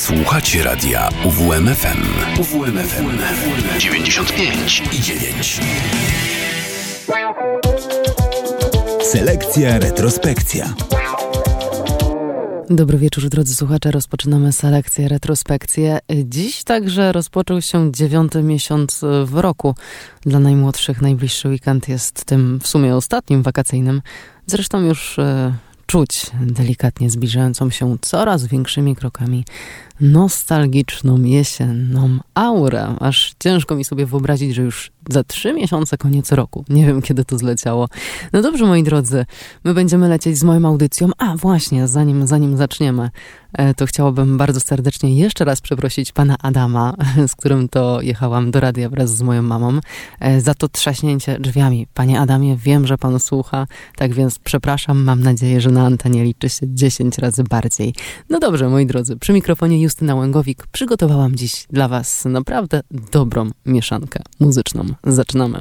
Słuchacie radia UWMFM. UWMFM 95,9. Selekcja, retrospekcja. Dobry wieczór, drodzy słuchacze. Rozpoczynamy selekcję, retrospekcję. Dziś także rozpoczął się 9. miesiąc w roku. Dla najmłodszych najbliższy weekend jest tym w sumie ostatnim wakacyjnym. Zresztą już czuć delikatnie zbliżającą się coraz większymi krokami nostalgiczną jesienną aurę. Aż ciężko mi sobie wyobrazić, że już za 3 miesiące koniec roku. Nie wiem, kiedy to zleciało. No dobrze, moi drodzy, my będziemy lecieć z moją audycją. A właśnie, zanim zaczniemy, to chciałabym bardzo serdecznie jeszcze raz przeprosić pana Adama, z którym to jechałam do radia wraz z moją mamą, za to trzaśnięcie drzwiami. Panie Adamie, wiem, że pan słucha, tak więc przepraszam, mam nadzieję, że na antenie liczy się 10 razy bardziej. No dobrze, moi drodzy, przy mikrofonie Justyna Łęgowik przygotowałam dziś dla was naprawdę dobrą mieszankę muzyczną. Zaczynamy.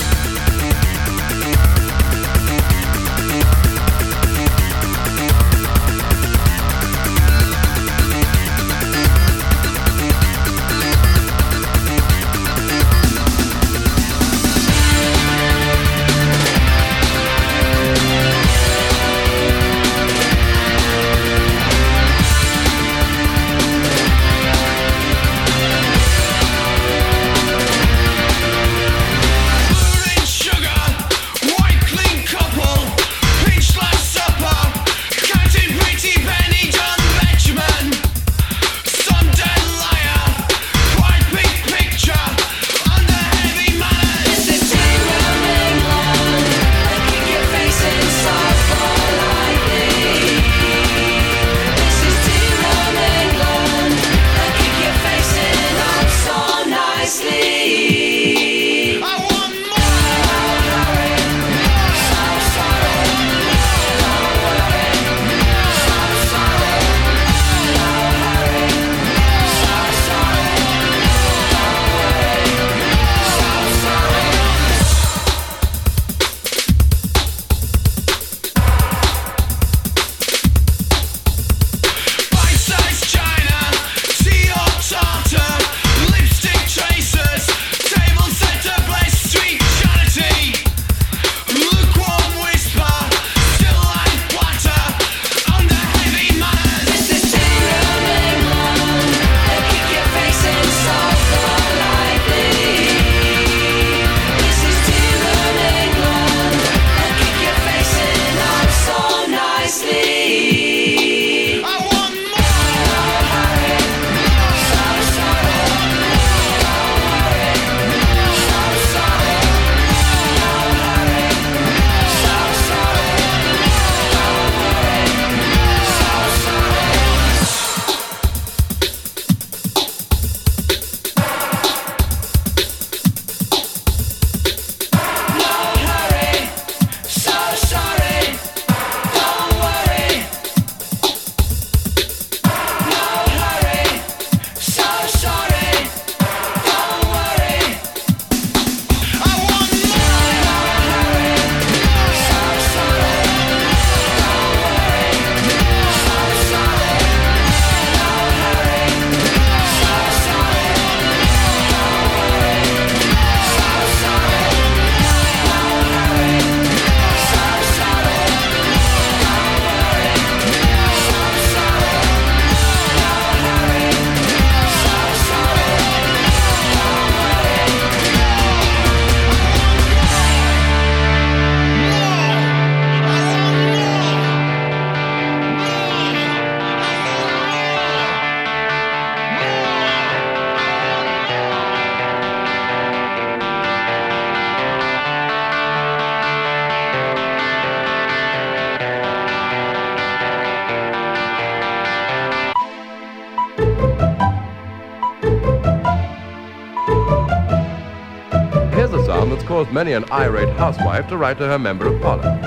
Caused many an irate housewife to write to her member of parliament.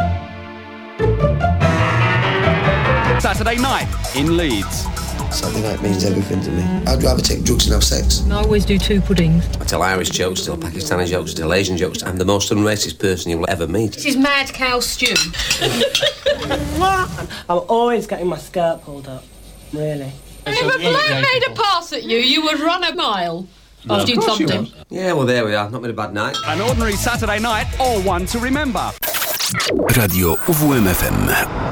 Saturday night in Leeds. Saturday night means everything to me. I'd rather take drugs than have sex. I always do 2 puddings. I tell Irish jokes, tell Pakistani jokes, tell Asian jokes. I'm the most unracist person you'll ever meet. This is mad cow stew. I'm always getting my skirt pulled up. Really? If a bloke made a pass at you, you would run a mile after you'd thumped him. Yeah, well, there we are. Not been a bad night. An ordinary Saturday night or one to remember. Radio UWM-FM.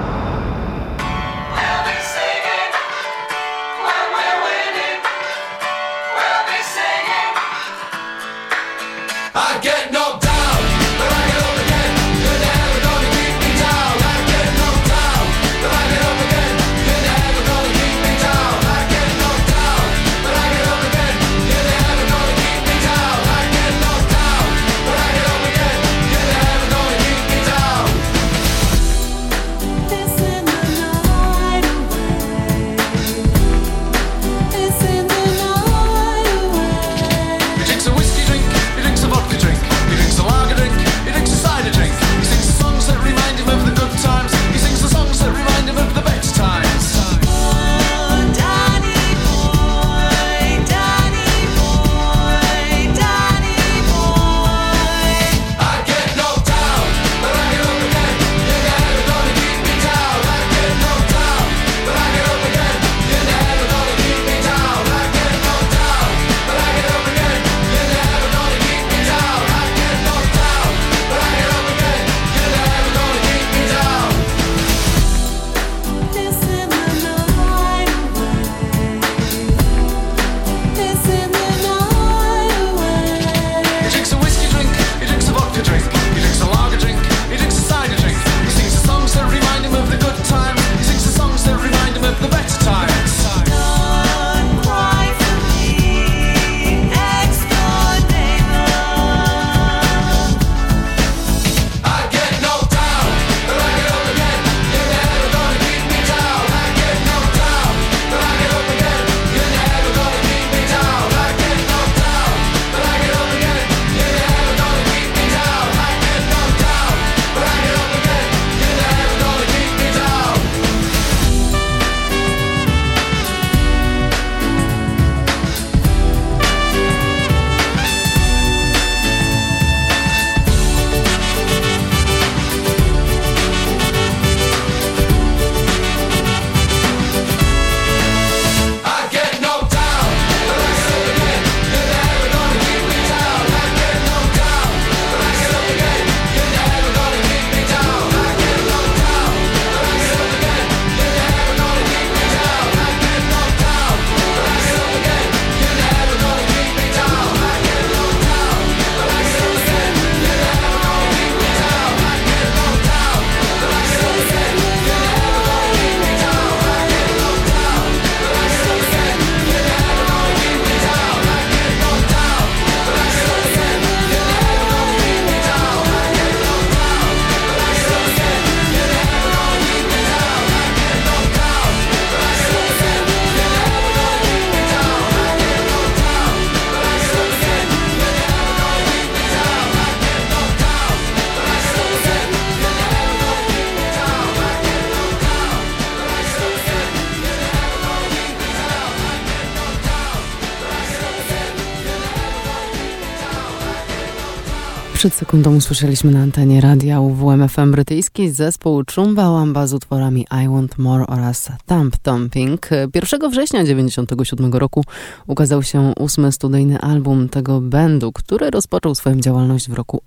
Przed sekundą usłyszeliśmy na antenie radia UWM-FM brytyjski zespół Chumbawamba z utworami I Want More oraz Thump Thumping. 1 września 1997 roku ukazał się 8. studyjny album tego bandu, który rozpoczął swoją działalność w roku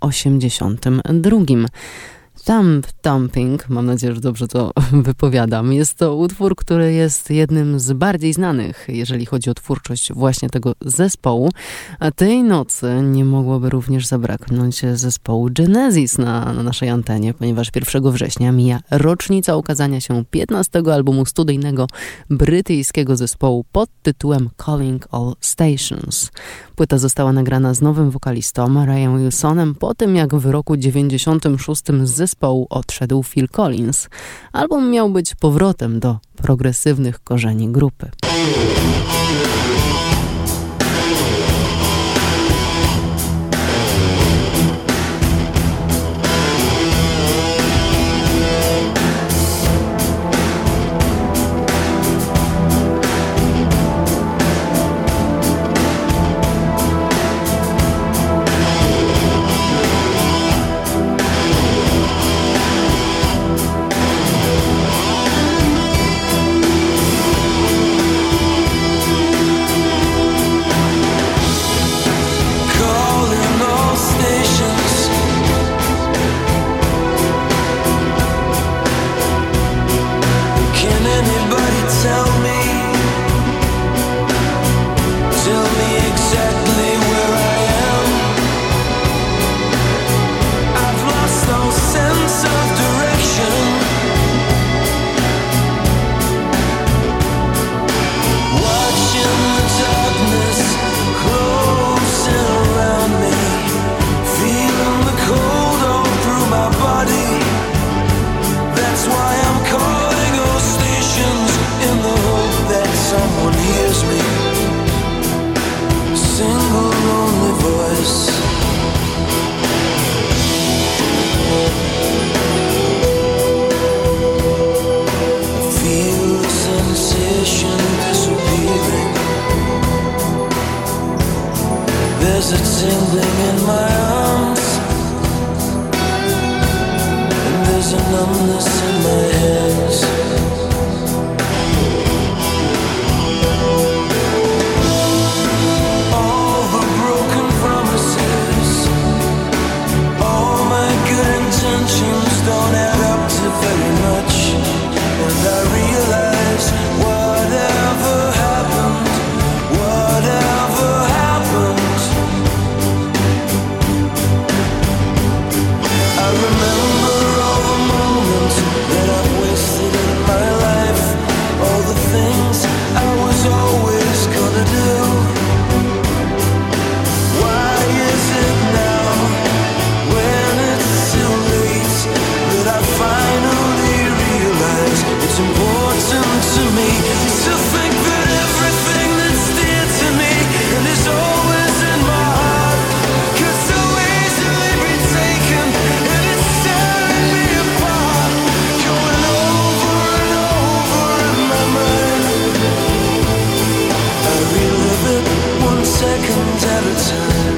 1982. Thump Thumping, mam nadzieję, że dobrze to wypowiadam, jest to utwór, który jest jednym z bardziej znanych, jeżeli chodzi o twórczość właśnie tego zespołu. A tej nocy nie mogłoby również zabraknąć zespołu Genesis na naszej antenie, ponieważ 1 września mija rocznica ukazania się 15. albumu studyjnego brytyjskiego zespołu pod tytułem Calling All Stations. Płyta została nagrana z nowym wokalistą Rayem Wilsonem po tym, jak w roku 96 z zespołu odszedł Phil Collins. Album miał być powrotem do progresywnych korzeni grupy. a tingling in my arms, and there's a numbness in my hands. All the broken promises, all my good intentions don't add up to very much, and I realize whatever happened, I remember all the moments that I've wasted in my life, all the things I was always gonna do. Why is it now, when it's too late, that I finally realize it's important to me to think that everything that's dear to me and is always in my heart could so easily be taken, and it's tearing me apart, going over and over in my mind. I relive it 1 second at a time.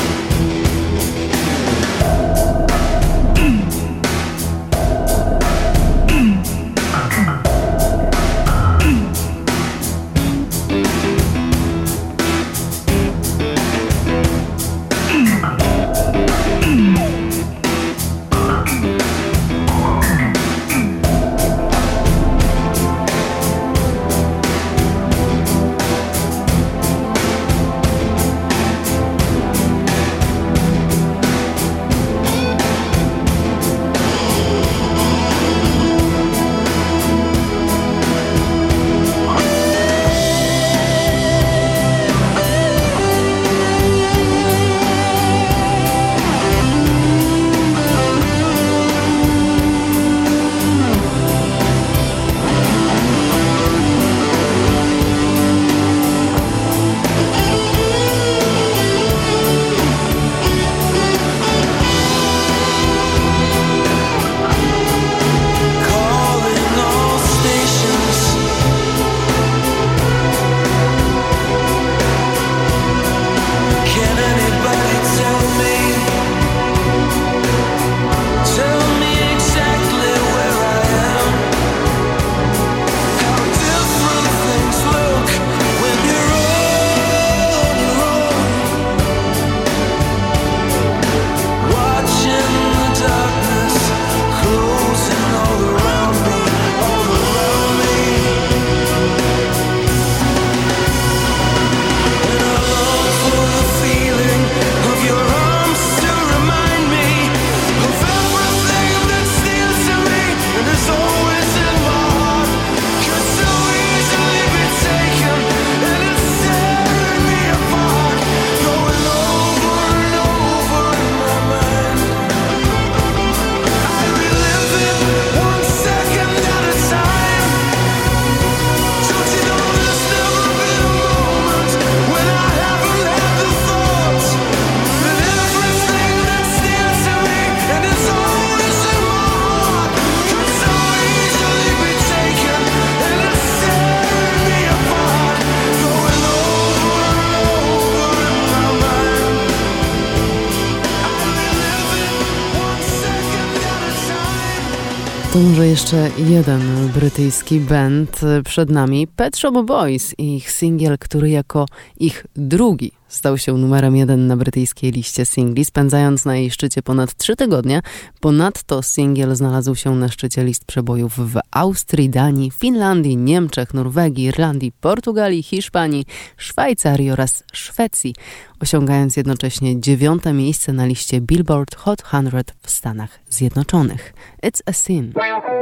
To może jeszcze jeden brytyjski band przed nami, Pet Shop Boys i ich singiel, który jako ich drugi stał się numerem 1 na brytyjskiej liście singli, spędzając na jej szczycie ponad 3 tygodnie. Ponadto singiel znalazł się na szczycie list przebojów w Austrii, Danii, Finlandii, Niemczech, Norwegii, Irlandii, Portugalii, Hiszpanii, Szwajcarii oraz Szwecji, osiągając jednocześnie 9. miejsce na liście Billboard Hot 100 w Stanach Zjednoczonych. It's a Sin.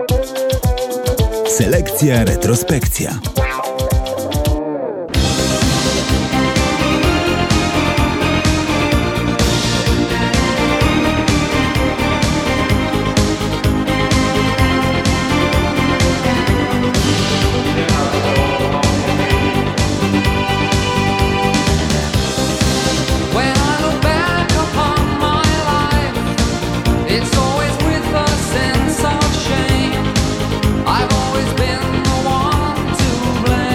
Selekcja retrospekcja. I've always been the one to blame.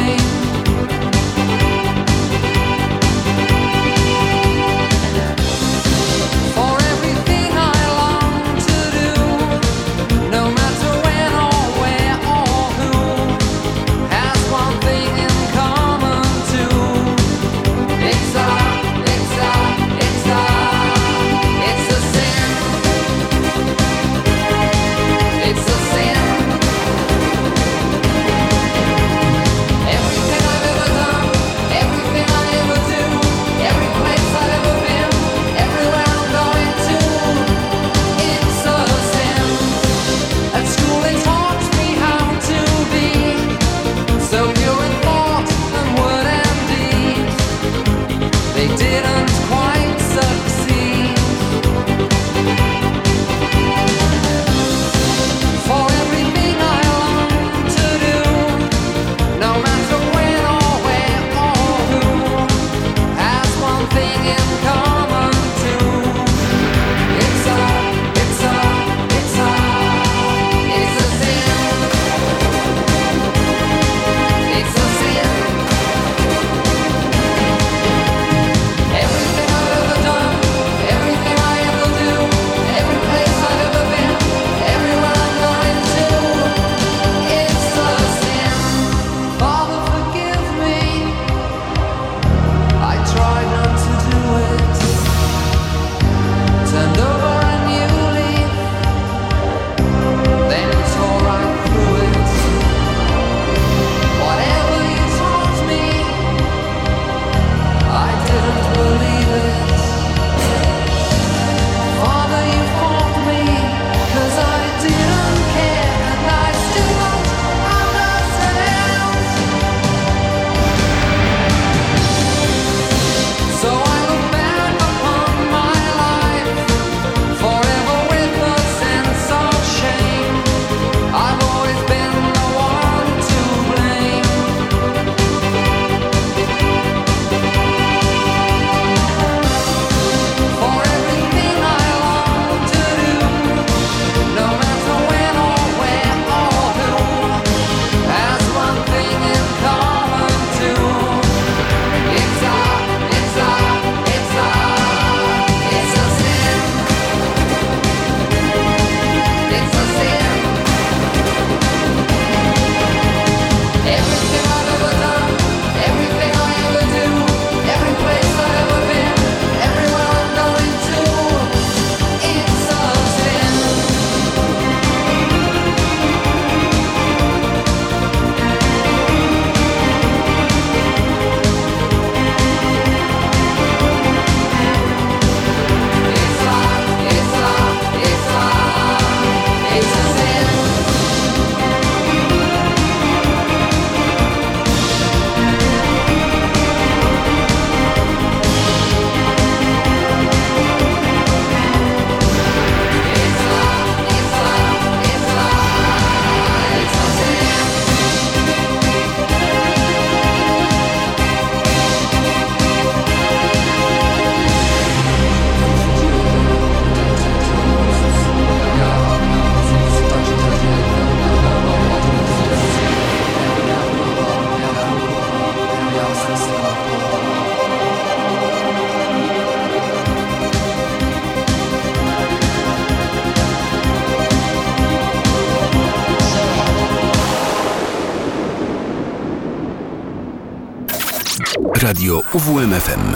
Radio UWMFM.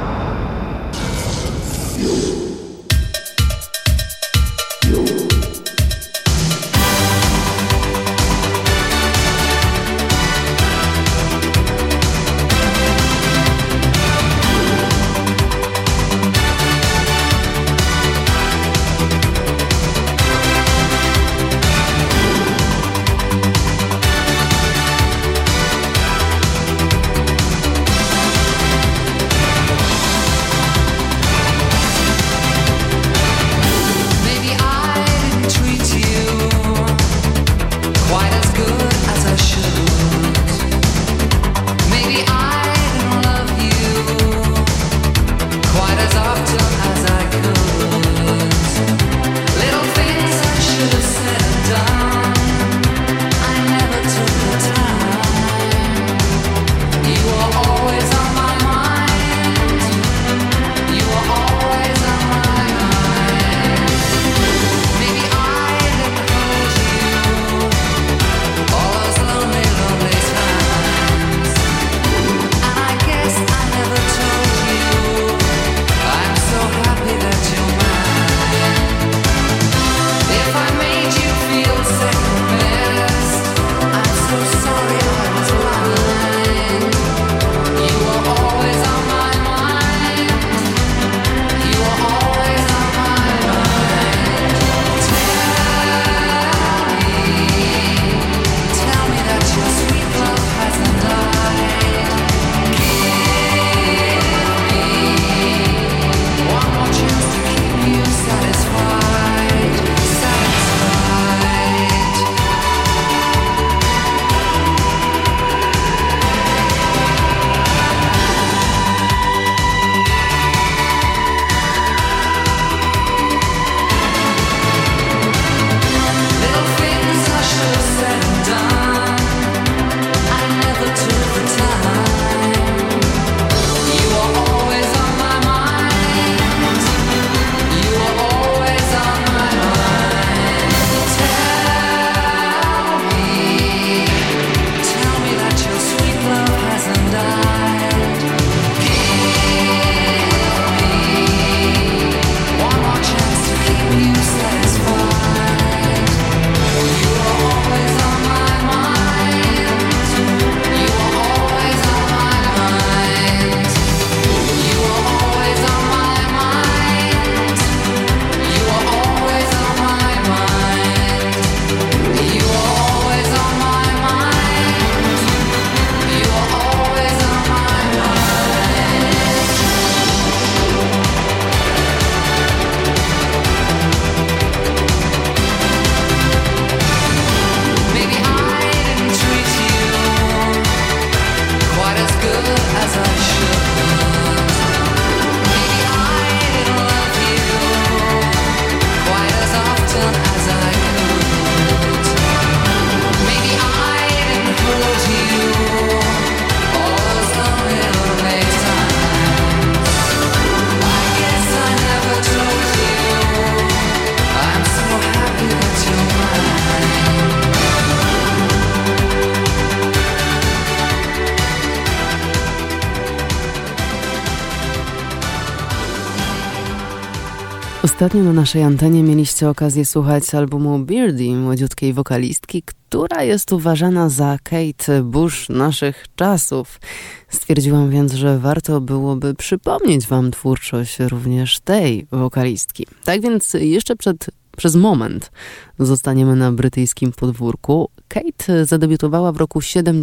Ostatnio na naszej antenie mieliście okazję słuchać albumu Beardy, młodziutkiej wokalistki, która jest uważana za Kate Bush naszych czasów. Stwierdziłam więc, że warto byłoby przypomnieć wam twórczość również tej wokalistki. Tak więc jeszcze przez moment zostaniemy na brytyjskim podwórku. Kate zadebiutowała w roku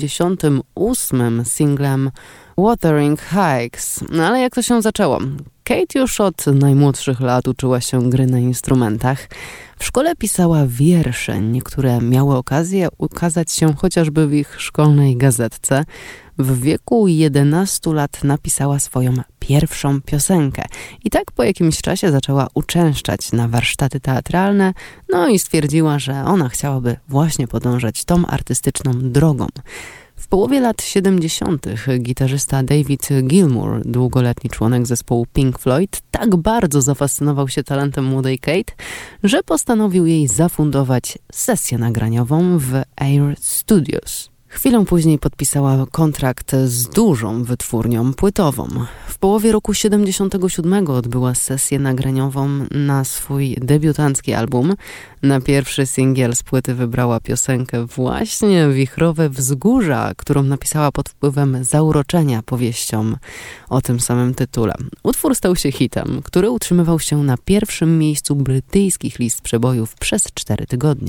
78 singlem Wuthering Heights. No ale jak to się zaczęło? Kate już od najmłodszych lat uczyła się gry na instrumentach. W szkole pisała wiersze, niektóre miały okazję ukazać się chociażby w ich szkolnej gazetce. W wieku 11 lat napisała swoją pierwszą piosenkę i tak po jakimś czasie zaczęła uczęszczać na warsztaty teatralne, no i stwierdziła, że ona chciałaby właśnie podążać tą artystyczną drogą. W połowie lat 70. gitarzysta David Gilmour, długoletni członek zespołu Pink Floyd, tak bardzo zafascynował się talentem młodej Kate, że postanowił jej zafundować sesję nagraniową w Air Studios. Chwilę później podpisała kontrakt z dużą wytwórnią płytową. W połowie roku 1977 odbyła sesję nagraniową na swój debiutancki album. Na pierwszy singiel z płyty wybrała piosenkę właśnie Wichrowe Wzgórza, którą napisała pod wpływem zauroczenia powieścią o tym samym tytule. Utwór stał się hitem, który utrzymywał się na pierwszym miejscu brytyjskich list przebojów przez 4 tygodnie.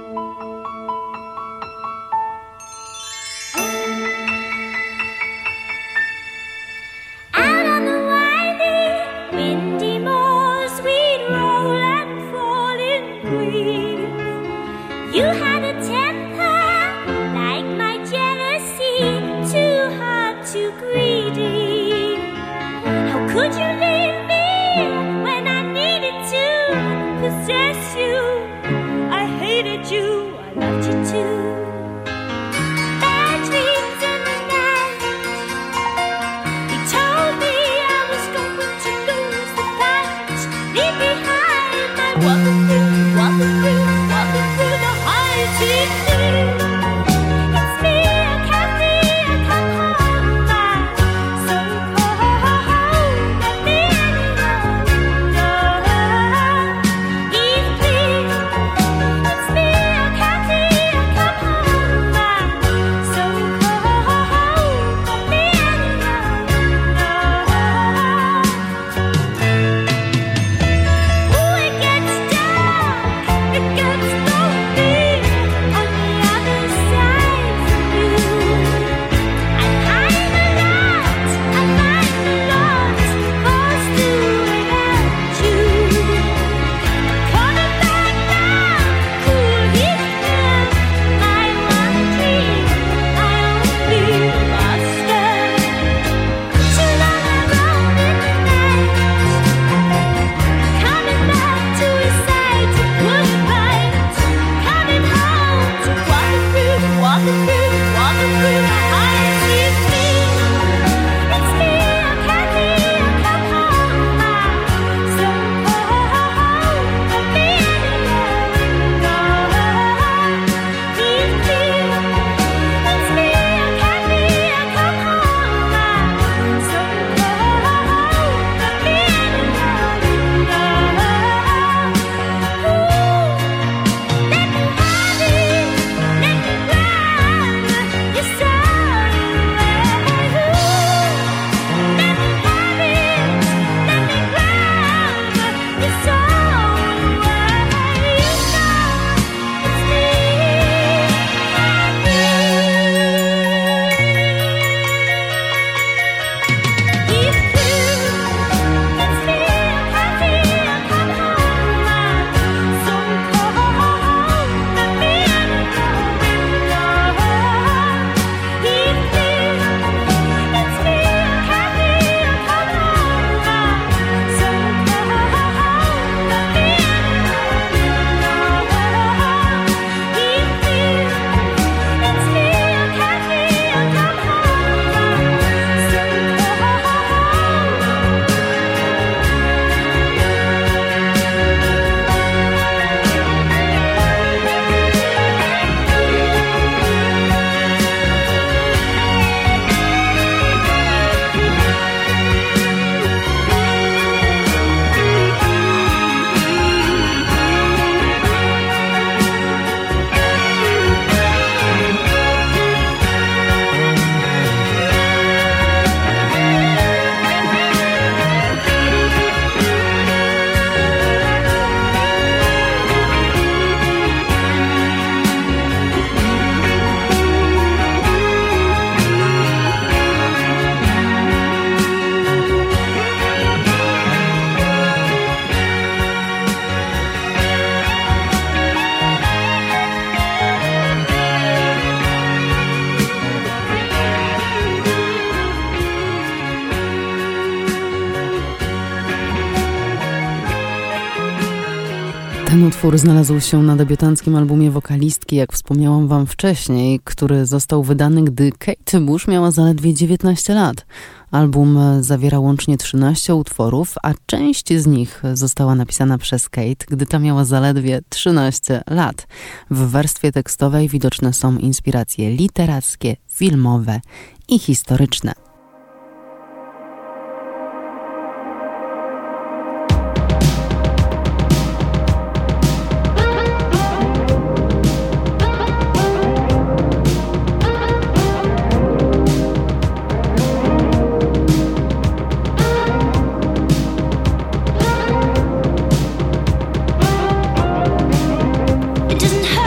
You had a temper like my jealousy, too hard, too greedy. How could you leave me when I needed to possess you? I hated you, I loved you too. Bad dreams in the night. He told me I was going to lose the fight. Leave behind my walking through, walking through. It's me, I can't see, I come home, my so cold. Let me Ten utwór znalazł się na debiutanckim albumie wokalistki, jak wspomniałam wam wcześniej, który został wydany, gdy Kate Bush miała zaledwie 19 lat. Album zawiera łącznie 13 utworów, a część z nich została napisana przez Kate, gdy ta miała zaledwie 13 lat. W warstwie tekstowej widoczne są inspiracje literackie, filmowe i historyczne.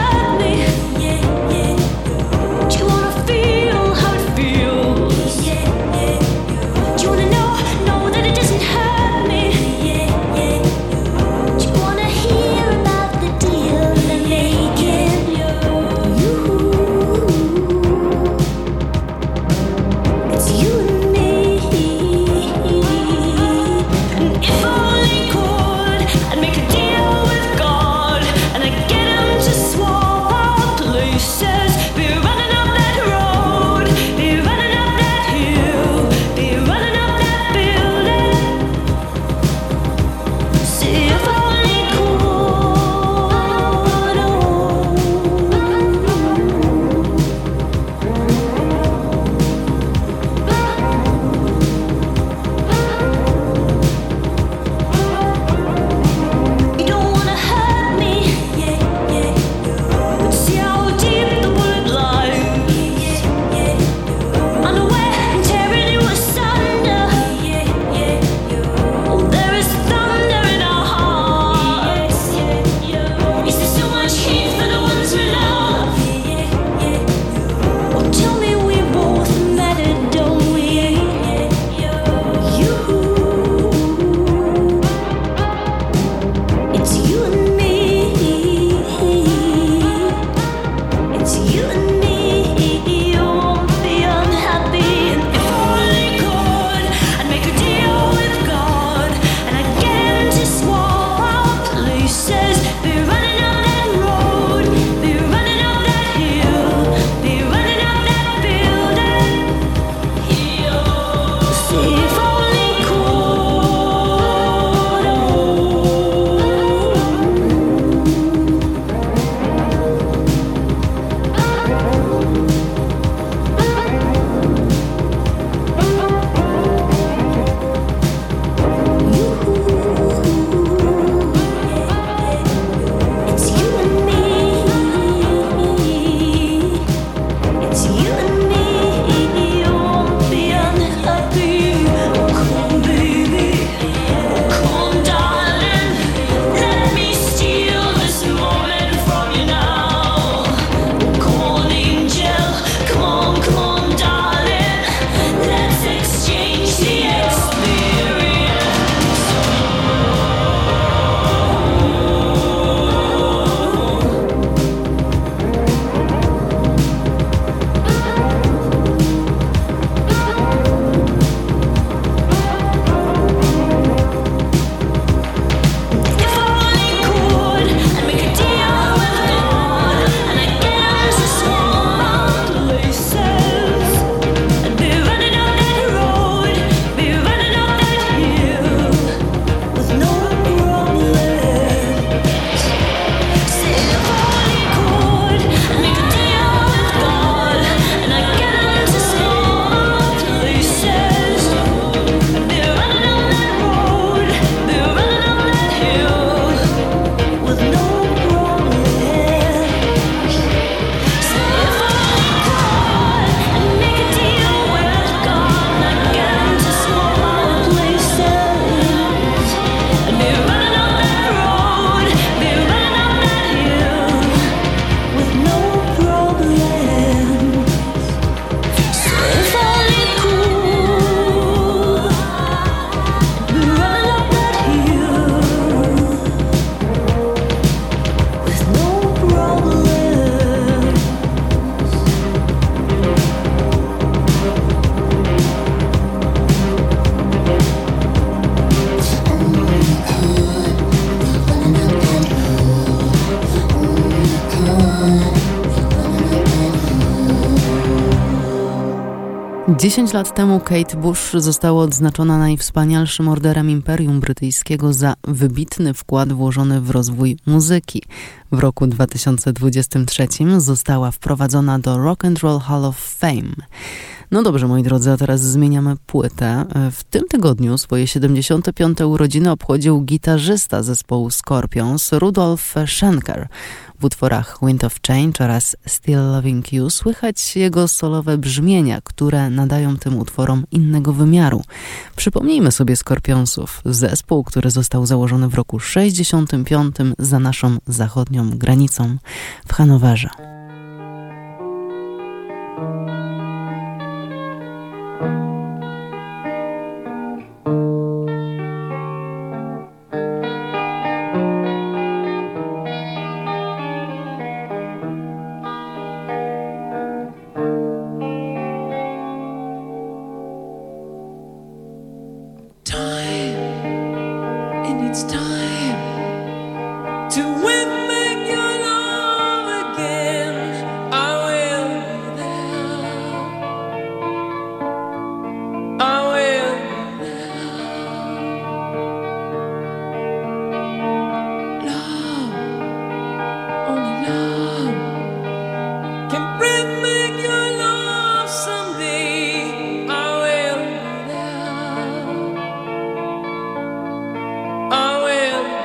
Do you wanna feel how it feels? Yeah. 10 lat temu Kate Bush została odznaczona najwspanialszym orderem Imperium Brytyjskiego za wybitny wkład włożony w rozwój muzyki. W roku 2023 została wprowadzona do Rock and Roll Hall of Fame. No dobrze, moi drodzy, a teraz zmieniamy płytę. W tym tygodniu swoje 75. urodziny obchodził gitarzysta zespołu Scorpions Rudolf Schenker. W utworach Wind of Change oraz Still Loving You słychać jego solowe brzmienia, które nadają tym utworom innego wymiaru. Przypomnijmy sobie Scorpionsów, zespół, który został założony w roku 65 za naszą zachodnią granicą w Hanowerze. I will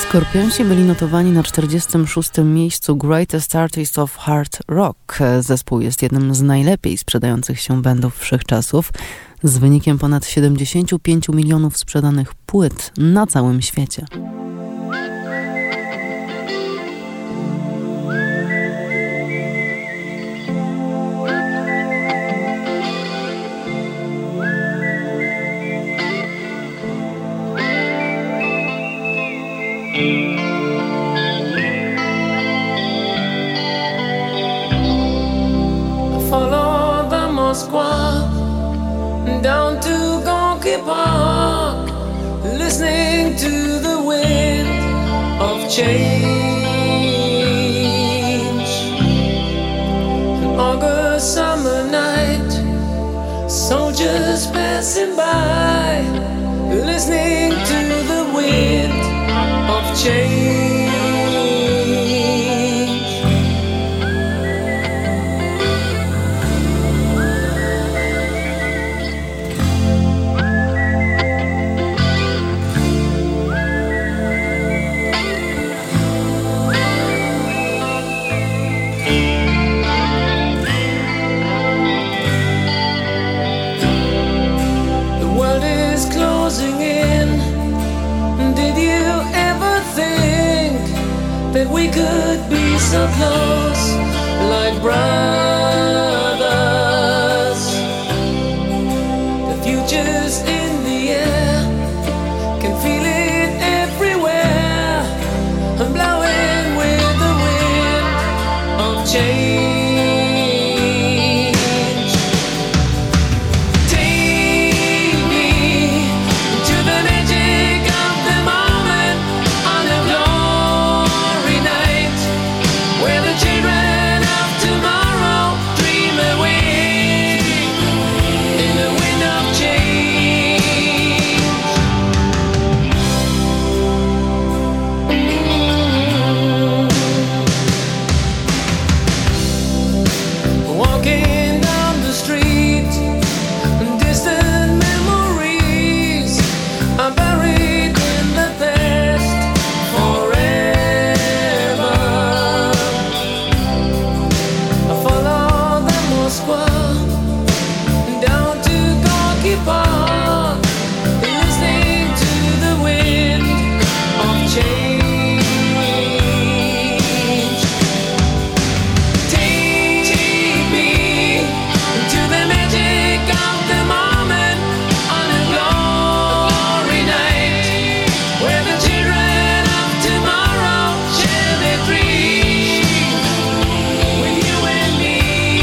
Skorpionsi byli notowani na 46. miejscu Greatest Artist of Hard Rock. Zespół jest jednym z najlepiej sprzedających się bandów wszechczasów, z wynikiem ponad 75 milionów sprzedanych płyt na całym świecie. Follow the Moskwa down to Gorky Park, listening to the wind of change. An August summer night, soldiers passing by, listening to the wind of change. That we could be so close, like brothers. The future's in the air, can feel it everywhere. I'm blowing with the wind of change. Take me to the magic of the moment on a glory night, where the children of tomorrow dream away in the wind of change. Walking down the street, distant memories are buried in the past forever. I follow the Moskwa down to Gorky Park, listening to the wind of change. Take me to the magic of the moment on a glory night, where the children of tomorrow share their dreams with you and me.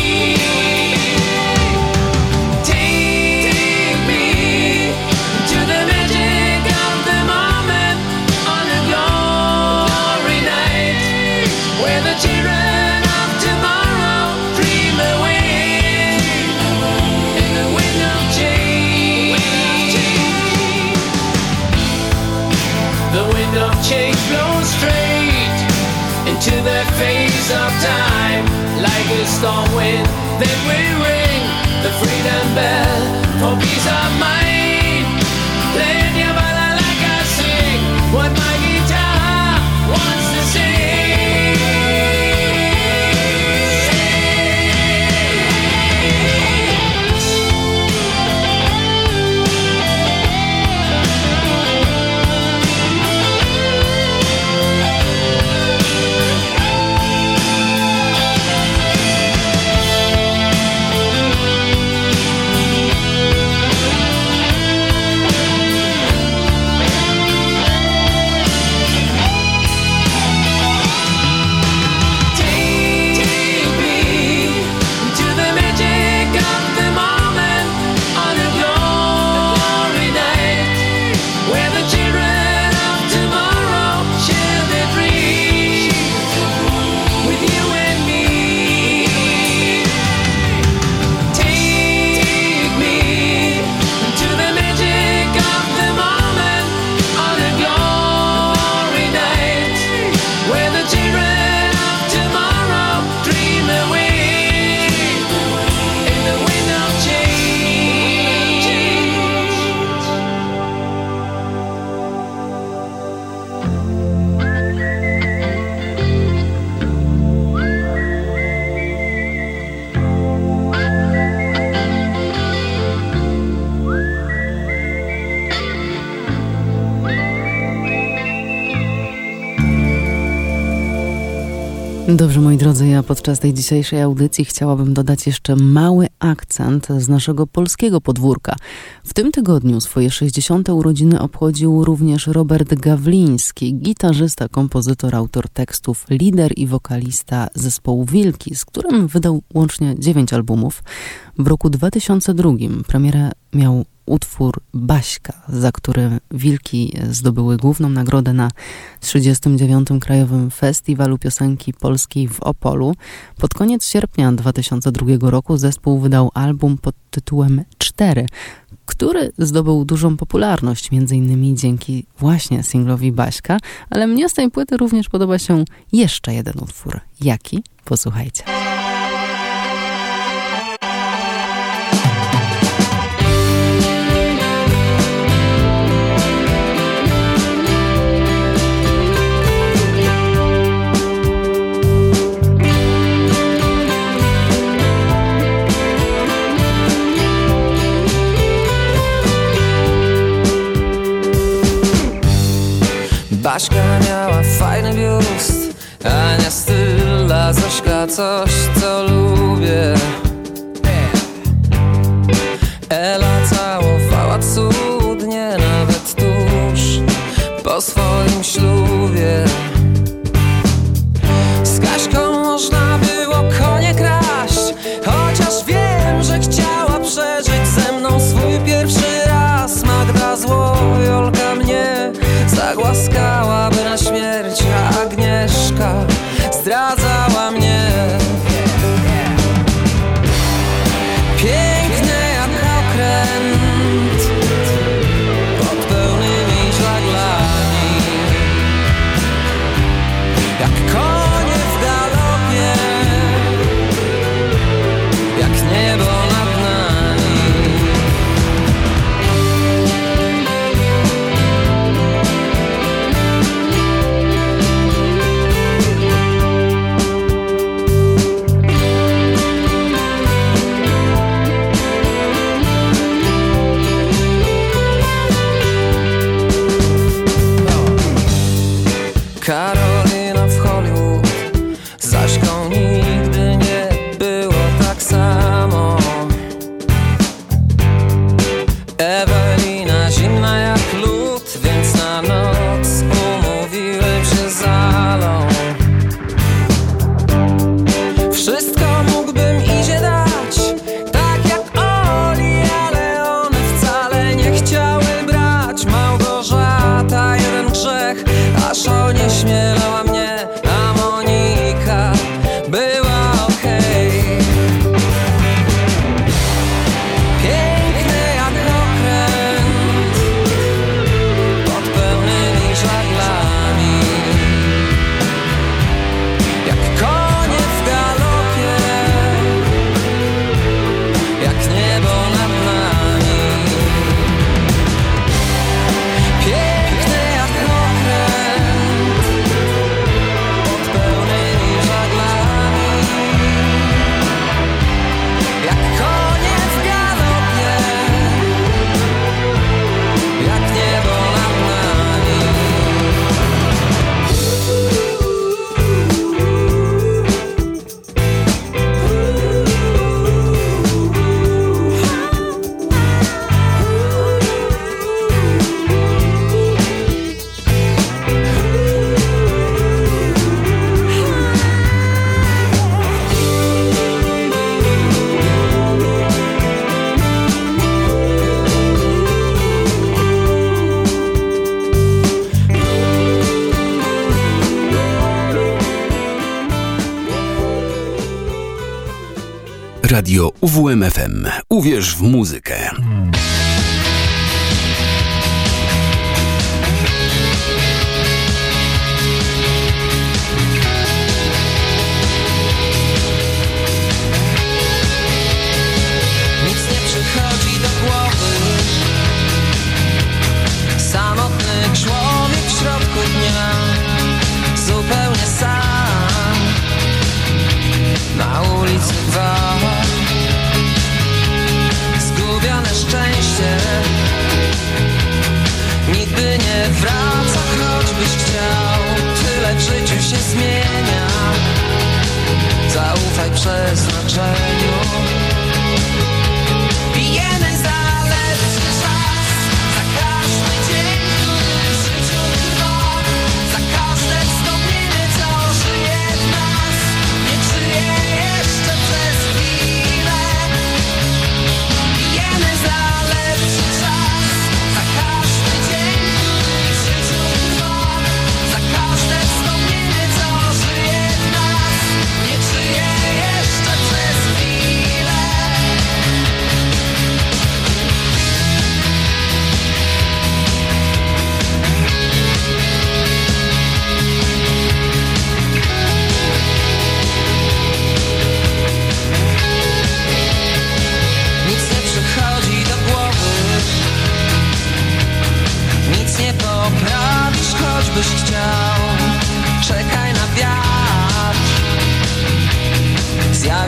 Take me to the magic of the moment on a glory night, where the children of tomorrow dream away in the wind of change. The wind of change blows straight into the face of time, like a storm wind that will ring the freedom bell for peace of mind. Play your ballad like I sing what my guitar wants to sing. Dobrze, moi drodzy, ja podczas tej dzisiejszej audycji chciałabym dodać jeszcze mały akcent z naszego polskiego podwórka. W tym tygodniu swoje 60. urodziny obchodził również Robert Gawliński, gitarzysta, kompozytor, autor tekstów, lider i wokalista zespołu Wilki, z którym wydał łącznie 9 albumów. W roku 2002 premierę miał utwór Baśka, za który Wilki zdobyły główną nagrodę na 39. Krajowym Festiwalu Piosenki Polskiej w Opolu. Pod koniec sierpnia 2002 roku zespół wydał album pod tytułem 4, który zdobył dużą popularność, m.in. dzięki właśnie singlowi Baśka, ale mnie z tej płyty również podoba się jeszcze jeden utwór. Jaki? Posłuchajcie. Baśka miała fajny biust, Ania styl, a Zośka coś, co lubię. Ela całowała cudnie, nawet tuż po swoim ślubie. Z Kaśką można było konie kraść, chociaż wiem, że chciała przeżyć ze mną swój pierwszy raz. Magda Złojolka mnie zagłaskałaby na śmierć, a Agnieszka zdradzała mnie. Piękny jak okręt pod pełnymi żaglami, jak konie w galopie, jak niebo nad nami. Karolina w Hollywood, z Zaśką nigdy nie było tak samo. Ewelina zimna jak lód, więc na noc umówiłem się z Alą. Wszystko mógłbym Izie dać, tak jak Oli, ale one wcale nie chciały brać. Małgorzata jeden grzech, aż onieśmielała mnie, a Monika była okej. Piękny jak okręt pod pełnymi żaglami, jak konie w galopie, jak niebo nad nami. Piękny jak okręt pod pełnymi żaglami, jak konie w galopie, jak niebo nad nami. Radio UWMFM. Uwierz w muzykę. Nic nie przychodzi do głowy. Samotny człowiek w środku dnia, zupełnie sam, na ulicy Wała. Zgubione szczęście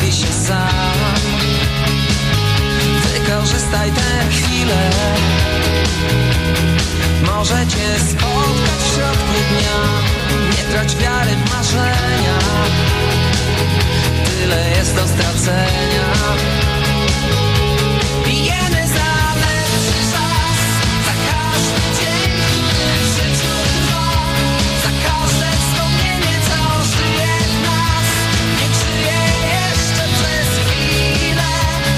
bawi się sam. Wykorzystaj tę chwilę, może cię spotkać w środku dnia. Nie trać wiary w marzenia, tyle jest do stracenia. Pijemy za lepszy czas, za każdy dzień w życiu dwa, za każde wspomnienie, co żyje w nas. Niech żyje jeszcze przez chwilę.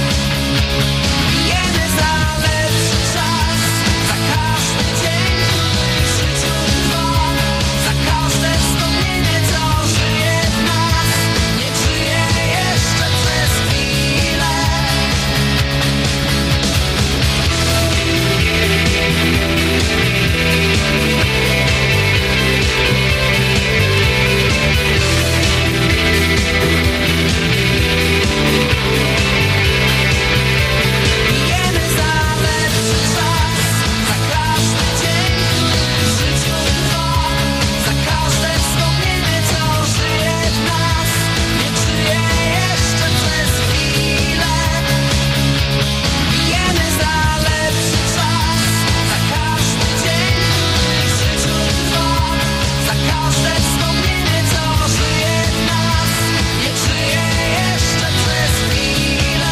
Pijemy za lepszy czas, za każdy dzień w życiu dwa, za każde wspomnienie, co żyje w nas. Niech żyje jeszcze przez chwilę. Pijemy za lepszy czas, za każdy dzień w życiu dwa, za każde wspomnienie, co żyje w nas. Niech żyje jeszcze przez chwilę. Pijemy za lepszy czas, za każdy dzień w życiu dwa, za każde wspomnienie, co żyje w nas. Niech żyje jeszcze przez chwilę.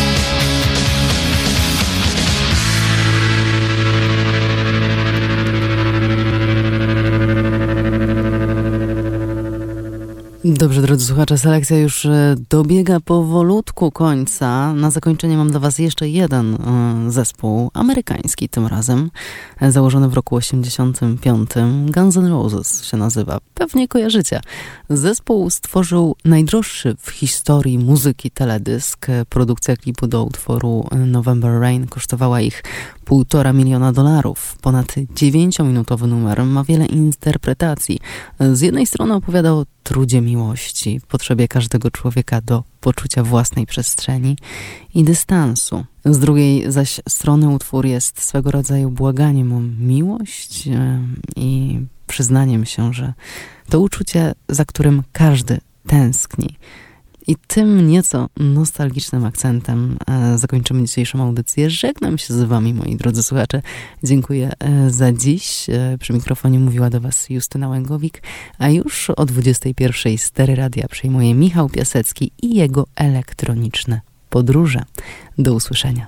Dobrze, drodzy słuchacze, selekcja już dobiega powolutku końca. Na zakończenie mam dla was jeszcze jeden zespół, amerykański tym razem, założony w roku 85. Guns N' Roses się nazywa. Pewnie kojarzycie. Zespół stworzył najdroższy w historii muzyki teledysk. Produkcja klipu do utworu November Rain kosztowała ich $1,5 miliona. Ponad 9-minutowy numer ma wiele interpretacji. Z jednej strony opowiada o trudzie miłości, potrzebie każdego człowieka do poczucia własnej przestrzeni i dystansu. Z drugiej zaś strony utwór jest swego rodzaju błaganiem o miłość i przyznaniem się, że to uczucie, za którym każdy tęskni. I tym nieco nostalgicznym akcentem zakończymy dzisiejszą audycję. Żegnam się z wami, moi drodzy słuchacze. Dziękuję za dziś. Przy mikrofonie mówiła do was Justyna Łęgowik, a już o 21:00 Stery Radia przyjmuje Michał Piasecki i jego elektroniczne podróże. Do usłyszenia.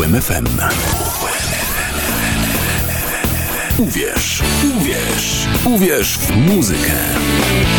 UWMFM. Uwierz w muzykę.